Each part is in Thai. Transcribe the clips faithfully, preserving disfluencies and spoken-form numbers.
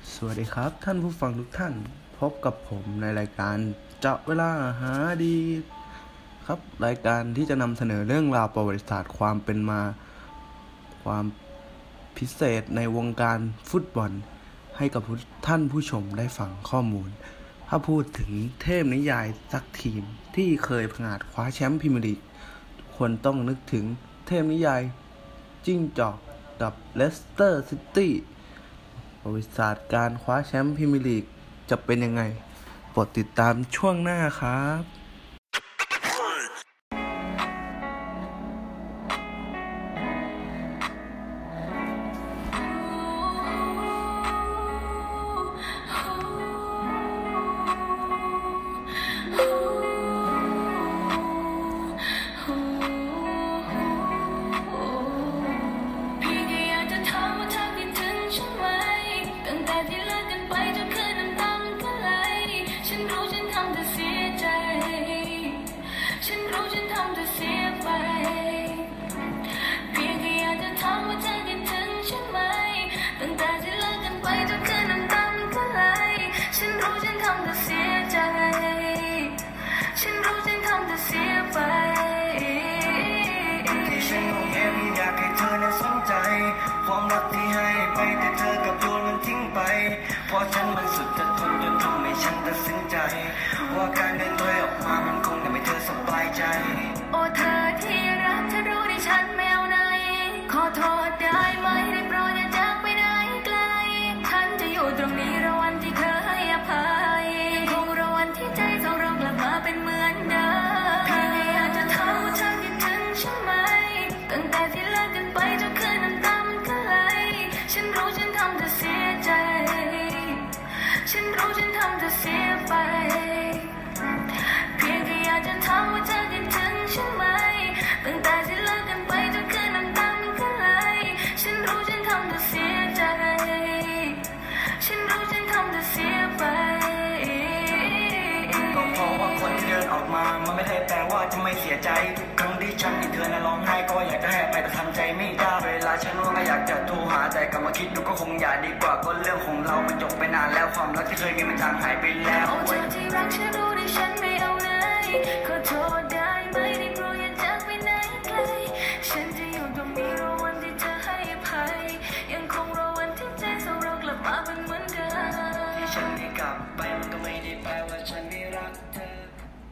สวัสดีครับท่านผู้ฟังทุกท่านพบกับผมในรายการเจาะเวลาหาดีครับรายการที่จะนำเสนอเรื่องราวประวัติศาสตร์ความเป็นมาความพิเศษในวงการฟุตบอลให้กับท่านผู้ชมได้ฟังข้อมูลถ้าพูดถึงเทพนิยายสักทีมที่เคยผงาดคว้าแชมป์พรีเมียร์ลีกควรต้องนึกถึงเทพนิยายจิ้งจอกกับเลสเตอร์ซิตี้ประวัติศาสตร์การคว้าแชมป์พรีเมียร์ลีกจะเป็นยังไงโปรดติดตามช่วงหน้าครับความรักที่ให้ไปแต่เธอกับโยนมันทิ้งไปเพราะฉันมันสุดจะทนจนทำให้ฉันตัดสินใจว่าการเดินถอยออกมามันคงทำให้เธอสบายใจโอ้เธอที่รักเธอรู้ดิฉันไม่เอาไหนขอโทษได้ไหมได้โปรดอย่าจากไปไหนไกลฉันจะอยู่ตรงนี้รอวันที่เธอให้อภัยยังคงรอวันที่ใจสองเรากลับมาเป็นเหมือนเดิมเพียงแค่อยากจะถามว่าเธอคิดถึงฉันไหมตั้งแต่ที่เลิกกันไปจนคืนน้ำตามันก็ไหลฉันรู้ฉันทำเธอเสียใจฉันรู้ฉันทำเธอเสียไปเพียงแค่อยากจะถามว่าเธอคิดถึงฉันไหมตั้งแต่ที่เลิกกันไปจนคืนน้ำตามันก็ไหลฉันรู้ฉันทำเธอเสียใจฉันรู้ฉันทำเธอเสียไปก็เพราะว่าคนที่เดินออกมามันไม่ได้แปลว่าจะไม่เสียใจทุกครั้งที่ฉันเห็นเธอน่ะร้องไห้ก็อยากจะให้ไปแต่ทำใจไม่ได้เวลาฉันว่างก็อยากจะโทรหาแต่กลับมาคิดดูก็คงอย่าดีกว่าก็เรื่องของเรามันจบไปนานแล้วความรักที่เคยมีมันจางหายไปแล้วโอ้เธอที่รักฉันรู้ดิฉันไม่เอาไหนขอโทษได้ไหมได้โปรดอย่าจากไปไหนไกลฉันจะอยู่ตรงนี้รอวันที่เธอให้อภัยยังคงรอวันที่ใจสองเรากลับมาเป็นเหมือนเดิมที่ฉันไม่กลับไปมันก็ไม่ได้แปลว่าฉันไม่รักเธอ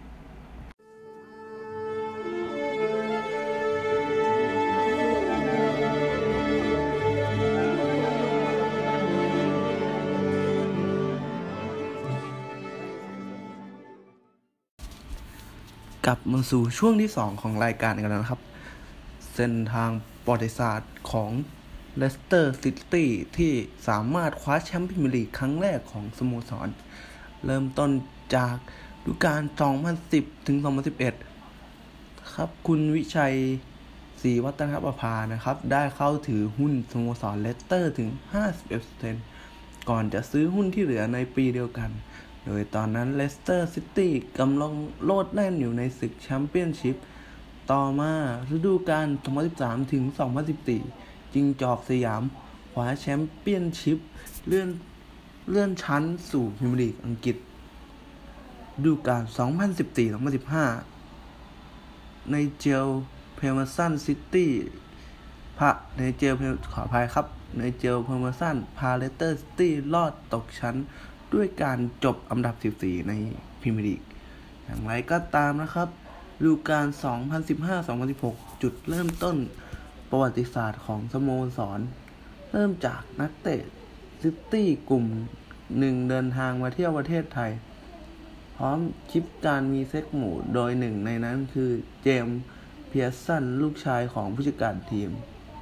กลับมาสู่ช่วงที่สองของรายการกันแล้วนะครับเส้นทางประวัติศาสตร์ของเลสเตอร์ซิตี้ที่สามารถคว้าแชมป์พรีเมียร์ลีกครั้งแรกของสโมสรเริ่มต้นจากฤดูกาลสองพันสิบถึงสองพันสิบเอ็ดครับคุณวิชัยศรีวัฒนประภานะครับได้เข้าถือหุ้นสโมสรเลสเตอร์ถึง ห้าสิบเอ็ดเปอร์เซ็นต์ ก่อนจะซื้อหุ้นที่เหลือในปีเดียวกันโดยตอนนั้นเลสเตอร์ซิตี้กำลังโลดแล่นอยู่ในศึกแชมเปี้ยนชิพต่อมาฤดูกาลสองพันสิบสามถึงสองพันสิบสี่จิงจอกสยามคว้าแชมเปี้ยนชิพเลื่อนเลื่อนชั้นสู่พรีเมียร์ลีกอังกฤษฤดูกาลสองพันสิบสี่ สองพันสิบห้าในเจลเพลเมอร์สันซิตี้พะในเจลขออภัยครับในเจลเพลเมอร์สันพาเลสเตอร์ซิตี้รอดตกชั้นด้วยการจบอันดับสิบสี่ในพรีเมียร์ลีกอย่างไรก็ตามนะครับฤดูกาล สองพันสิบห้า สองพันสิบหก จุดเริ่มต้นประวัติศาสตร์ของสโมสรเริ่มจากนักเตะซิตี้กลุ่มหนึ่งเดินทางมาเที่ยวประเทศไทยพร้อมคลิปการมีเซ็กหมู่โดยหนึ่งในนั้นคือเจมส์เพียร์สันลูกชายของผู้จัดการทีม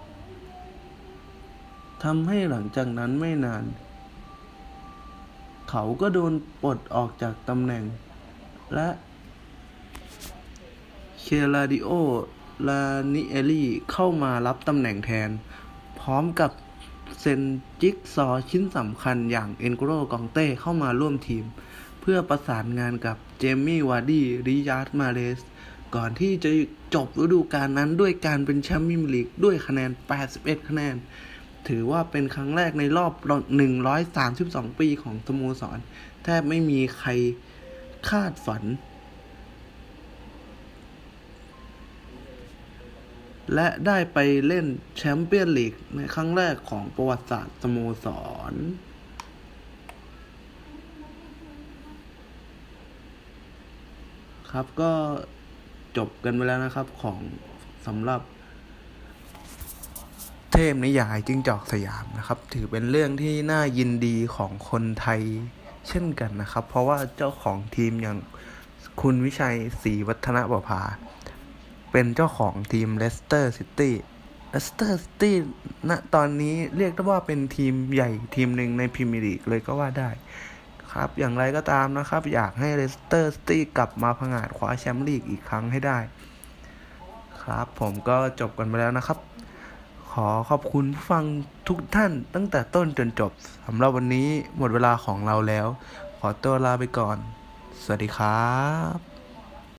ทำให้หลังจากนั้นไม่นานเขาก็โดนปลดออกจากตำแหน่งและเคลาดิโอ ลานิเอลีเข้ามารับตำแหน่งแทนพร้อมกับเซ็นจิ๊กซอว์ชิ้นสำคัญอย่างเอ็นโกโล กองเต้เข้ามาร่วมทีมเพื่อประสานงานกับเจมี่ วาร์ดี้ ริยาร์ด มาเรสก่อนที่จะจบฤดูกาลนั้นด้วยการเป็นแชมป์พรีเมียร์ลีกด้วยคะแนนแปดสิบเอ็ดคะแนนถือว่าเป็นครั้งแรกในรอบหนึ่งร้อยสามสิบสองปีของสโมสรแทบไม่มีใครคาดฝันและได้ไปเล่นแชมเปี้ยนลีกในครั้งแรกของประวัติศาสตร์สโมสรครับก็จบกันไปแล้วนะครับของสำหรับเทพนิยายจิ้งจอกสยามนะครับถือเป็นเรื่องที่น่ายินดีของคนไทยเช่นกันนะครับเพราะว่าเจ้าของทีมอย่างคุณวิชัยศรีวัฒนประภาเป็นเจ้าของทีมเลสเตอร์ซิตี้เลสเตอร์ซิตี้ณตอนนี้เรียกได้ว่าเป็นทีมใหญ่ทีมหนึ่งในพรีเมียร์ลีกเลยก็ว่าได้ครับอย่างไรก็ตามนะครับอยากให้เลสเตอร์ซิตี้กลับมาผงาดคว้าแชมป์ลีกอีกครั้งให้ได้ครับผมก็จบกันไปแล้วนะครับขอขอบคุณผู้ฟังทุกท่านตั้งแต่ต้นจนจบสำหรับวันนี้หมดเวลาของเราแล้วขอตัวลาไปก่อนสวัสดีครับ